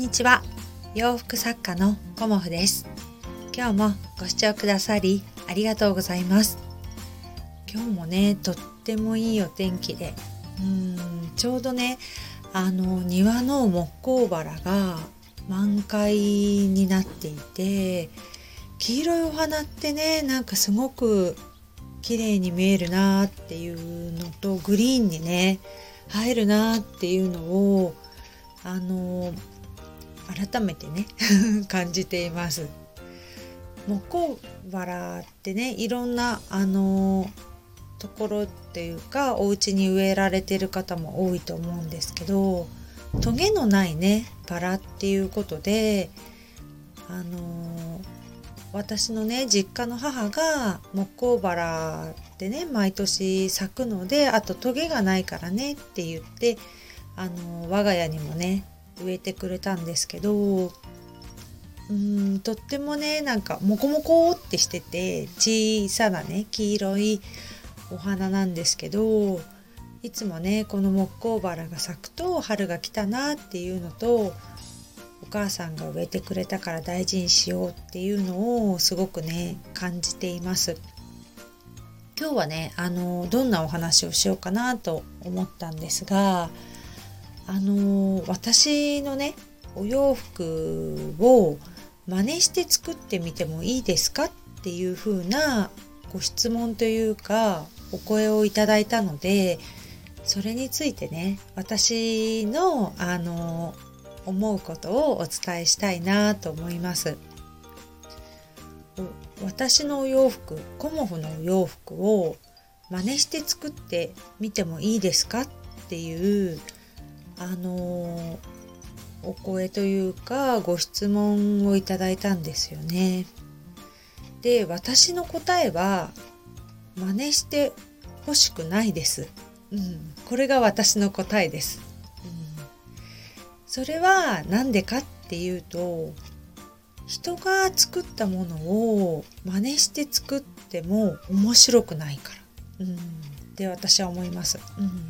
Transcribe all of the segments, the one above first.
にちは。洋服作家のコモフです。今日もご視聴くださりありがとうございます。今日もね、とってもいいお天気で、ちょうどね、庭の木工バラが満開になっていて、黄色いお花ってね、なんかすごく綺麗に見えるなっていうのと、グリーンにね映えるなっていうのを改めてね感じています。木工バラってね、いろんなところっていうかお家に植えられてる方も多いと思うんですけど、トゲのないねバラっていうことで、私のね実家の母が木工バラってね毎年咲くので、あとトゲがないからねって言って我が家にもね植えてくれたんですけど、とってもねなんかモコモコってしてて小さなね黄色いお花なんですけど、いつもねこの木工バラが咲くと春が来たなっていうのと、お母さんが植えてくれたから大事にしようっていうのをすごくね感じています。今日はねどんなお話をしようかなと思ったんですが、私のねお洋服を真似して作ってみてもいいですかっていう風なご質問というかお声をいただいたので、それについてね私の思うことをお伝えしたいなと思います。私のお洋服、コモフのお洋服を真似して作ってみてもいいですかっていうお声というかご質問をいただいたんですよね。で、私の答えは真似してほしくないです。これが私の答えです。それはなんでかっていうと、人が作ったものを真似して作っても面白くないから、って私は思います。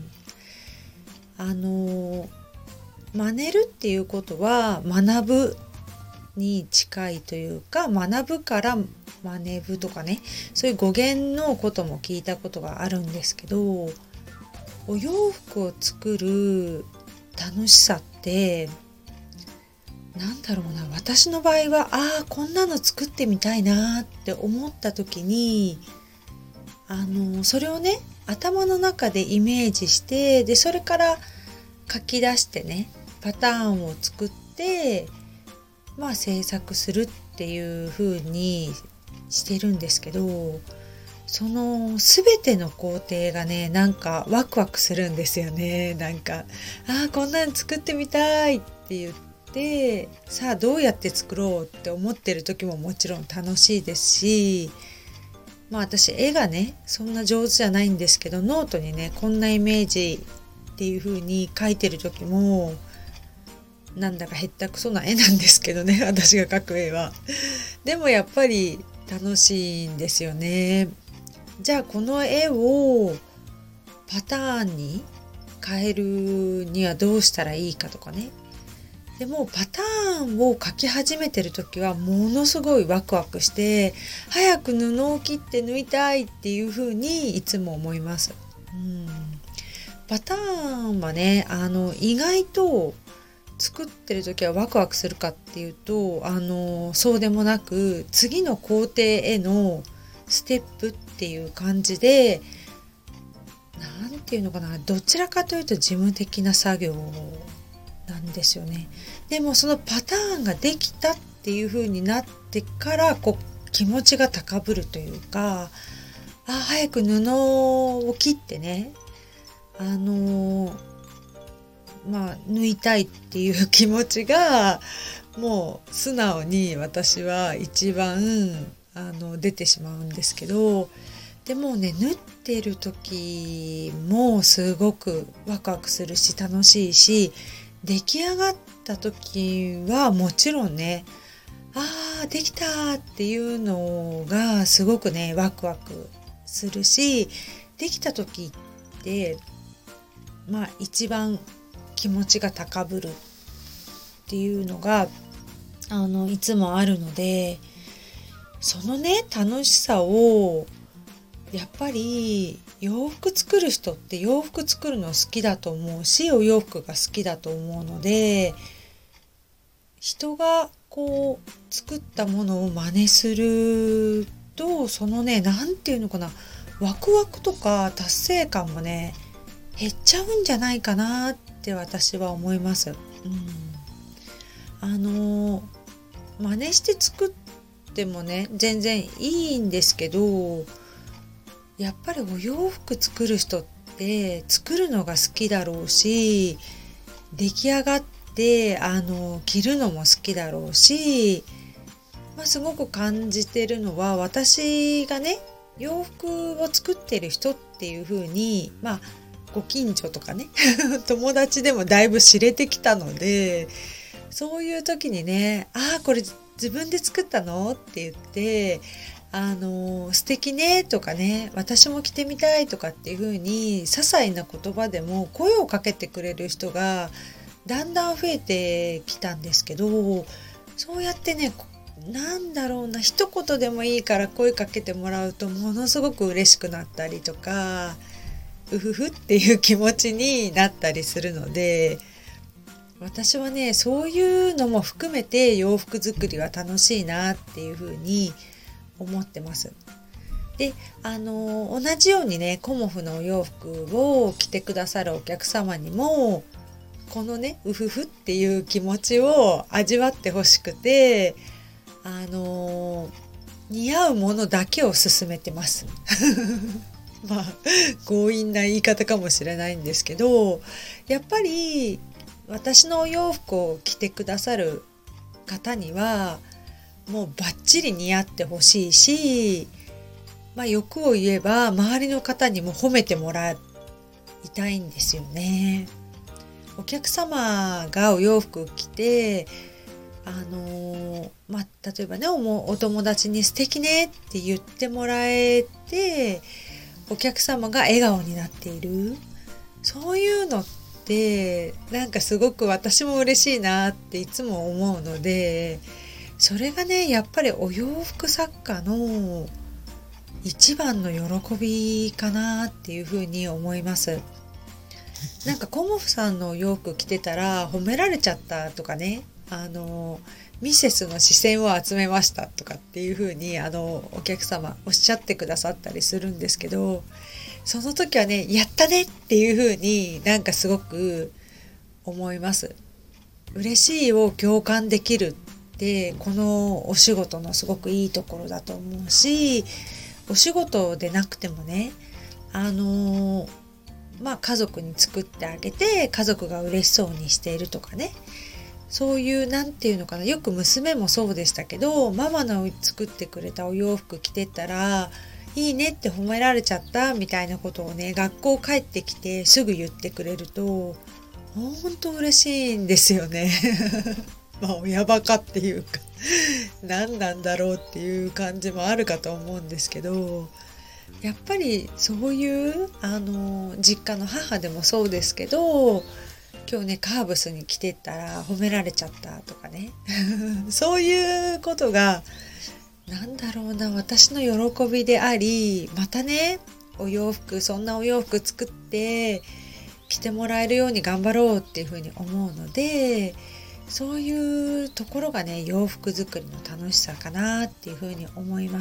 真似るっていうことは学ぶに近いというか、学ぶから真似ぶとかね、そういう語源のことも聞いたことがあるんですけど、お洋服を作る楽しさってなんだろうな、私の場合はこんなの作ってみたいなって思った時にそれをね頭の中でイメージして、でそれから書き出してねパターンを作って制作するっていう風にしてるんですけど、その全ての工程がねなんかワクワクするんですよね。なんかこんなの作ってみたいって言って、さあどうやって作ろうって思ってる時ももちろん楽しいですし、私絵がねそんな上手じゃないんですけど、ノートにねこんなイメージっていう風に書いてる時もなんだかへったくそな絵なんですけどね、私が描く絵は。でもやっぱり楽しいんですよね。じゃあこの絵をパターンに変えるにはどうしたらいいかとかね。でもパターンを描き始めてる時はものすごいワクワクして、早く布を切って縫いたいっていう風にいつも思います。パターンはね意外と作ってる時はワクワクするかっていうとそうでもなく、次の工程へのステップっていう感じで、なんていうのかな、どちらかというと事務的な作業なんですよね。でもそのパターンができたっていう風になってから気持ちが高ぶるというか、早く布を切ってね縫いたいっていう気持ちがもう素直に私は一番出てしまうんですけど、でもね縫ってる時もすごくワクワクするし楽しいし、出来上がった時はもちろんねできたっていうのがすごくねワクワクするし、できた時って一番気持ちが高ぶるっっていうのがいつもあるので、そのね楽しさをやっぱり洋服作る人って洋服作るの好きだと思うし、お洋服が好きだと思うので、人がこう作ったものを真似すると、そのねなんていうのかな、ワクワクとか達成感もね減っちゃうんじゃないかなって私は思います。真似して作ってもね全然いいんですけど、やっぱりお洋服作る人って作るのが好きだろうし、出来上がって着るのも好きだろうし、すごく感じてるのは、私がね洋服を作ってる人っていう風にご近所とかね友達でもだいぶ知れてきたので、そういう時にね、これ自分で作ったのって言って素敵ねとかね、私も着てみたいとかっていう風に些細な言葉でも声をかけてくれる人がだんだん増えてきたんですけど、そうやってねなんだろうな、一言でもいいから声かけてもらうとものすごく嬉しくなったりとか、うふふっていう気持ちになったりするので、私はねそういうのも含めて洋服作りは楽しいなっていうふうに思ってます。で同じようにねコモフのお洋服を着てくださるお客様にもこのねうふふっていう気持ちを味わってほしくて、似合うものだけを勧めてます強引な言い方かもしれないんですけど、やっぱり私のお洋服を着てくださる方にはもうバッチリ似合ってほしいし、欲を言えば周りの方にも褒めてもらいたいんですよね。お客様がお洋服を着て例えばねお友達に素敵ねって言ってもらえて、お客様が笑顔になっている、そういうのってなんかすごく私も嬉しいなっていつも思うので、それがねやっぱりお洋服作家の一番の喜びかなっていうふうに思います。なんかコモフさんのお洋服着てたら褒められちゃったとかね、ミセスの視線を集めましたとかっていう風にお客様おっしゃってくださったりするんですけど、その時はねやったねっていう風になんかすごく思います。嬉しいを共感できるってこのお仕事のすごくいいところだと思うし、お仕事でなくてもね家族に作ってあげて家族が嬉しそうにしているとかね、そういうなんていうのかな、よく娘もそうでしたけど、ママの作ってくれたお洋服着てたらいいねって褒められちゃったみたいなことをね学校帰ってきてすぐ言ってくれると本当嬉しいんですよね親バカっていうか何なんだろうっていう感じもあるかと思うんですけど、やっぱりそういう実家の母でもそうですけど、今日ねカーブスに着てったら褒められちゃったとかねそういうことがなんだろうな、私の喜びであり、またねお洋服、そんなお洋服作って着てもらえるように頑張ろうっていうふうに思うので、そういうところがね洋服作りの楽しさかなっていうふうに思います。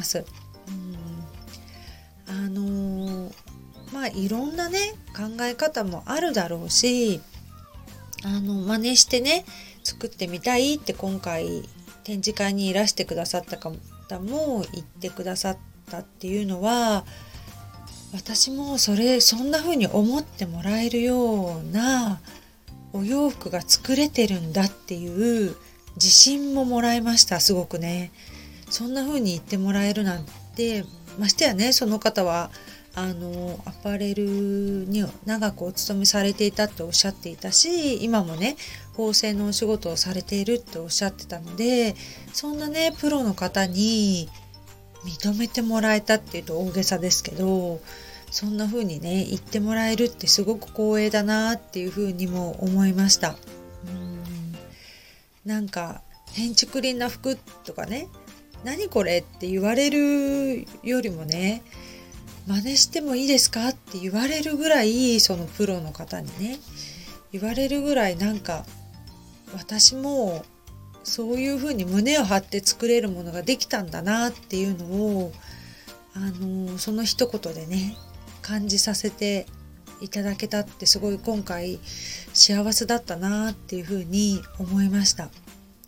いろんなね考え方もあるだろうし、真似してね作ってみたいって今回展示会にいらしてくださった方も言ってくださったっていうのは、私もそんな風に思ってもらえるようなお洋服が作れてるんだっていう自信ももらいました。すごくね、そんな風に言ってもらえるなんて、ましてやねその方はアパレルに長くお勤めされていたっておっしゃっていたし、今もね縫製のお仕事をされているっておっしゃってたので、そんなねプロの方に認めてもらえたっていうと大げさですけど、そんな風にね言ってもらえるってすごく光栄だなっていう風にも思いました。 なんか変築林な服とかね、何これって言われるよりもね、真似してもいいですかって言われるぐらい、そのプロの方にね言われるぐらい、なんか私もそういうふうに胸を張って作れるものができたんだなっていうのをその一言でね感じさせていただけたって、すごい今回幸せだったなっていうふうに思いました。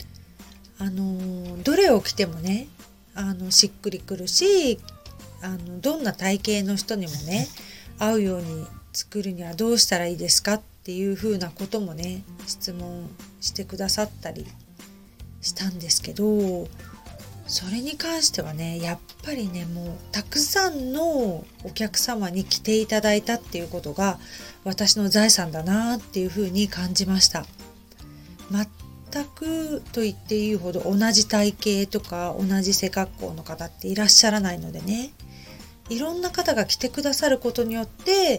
どれを着てもねしっくりくるし、どんな体型の人にもね合うように作るにはどうしたらいいですかっていうふうなこともね質問してくださったりしたんですけど、それに関してはねやっぱりね、もうたくさんのお客様に来ていただいたっていうことが私の財産だなっていうふうに感じました。全くと言っていいほど同じ体型とか同じ背格好の方っていらっしゃらないのでね、いろんな方が来てくださることによって、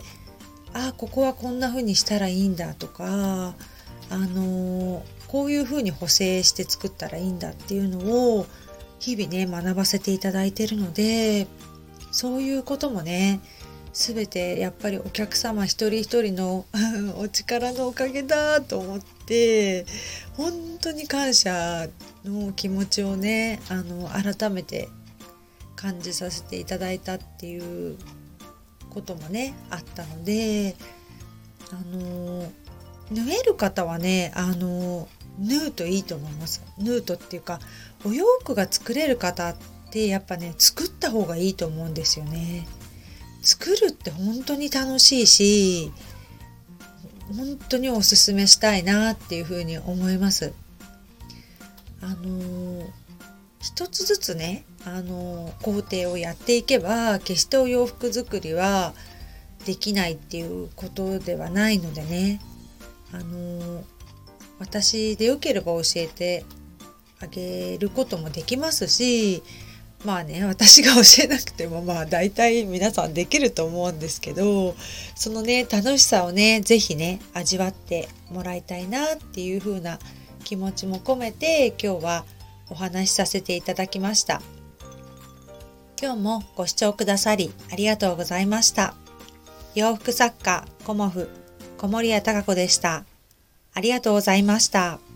ここはこんな風にしたらいいんだとか、こういう風に補正して作ったらいいんだっていうのを日々ね学ばせていただいているので、そういうこともね全てやっぱりお客様一人一人のお力のおかげだと思って、本当に感謝の気持ちをね改めて感じさせていただいたっていうこともねあったので、縫える方はね縫うといいと思います。縫うとっていうか、お洋服が作れる方ってやっぱね作った方がいいと思うんですよね。作るって本当に楽しいし、本当におすすめしたいなっていうふうに思います。一つずつね工程をやっていけば決してお洋服作りはできないっていうことではないのでね、私でよければ教えてあげることもできますし、まあね私が教えなくても大体皆さんできると思うんですけど、そのね楽しさをねぜひね味わってもらいたいなっていう風な気持ちも込めて今日はお話しさせていただきました。今日もご視聴くださりありがとうございました。洋服作家コモフ小森屋貴子でした。ありがとうございました。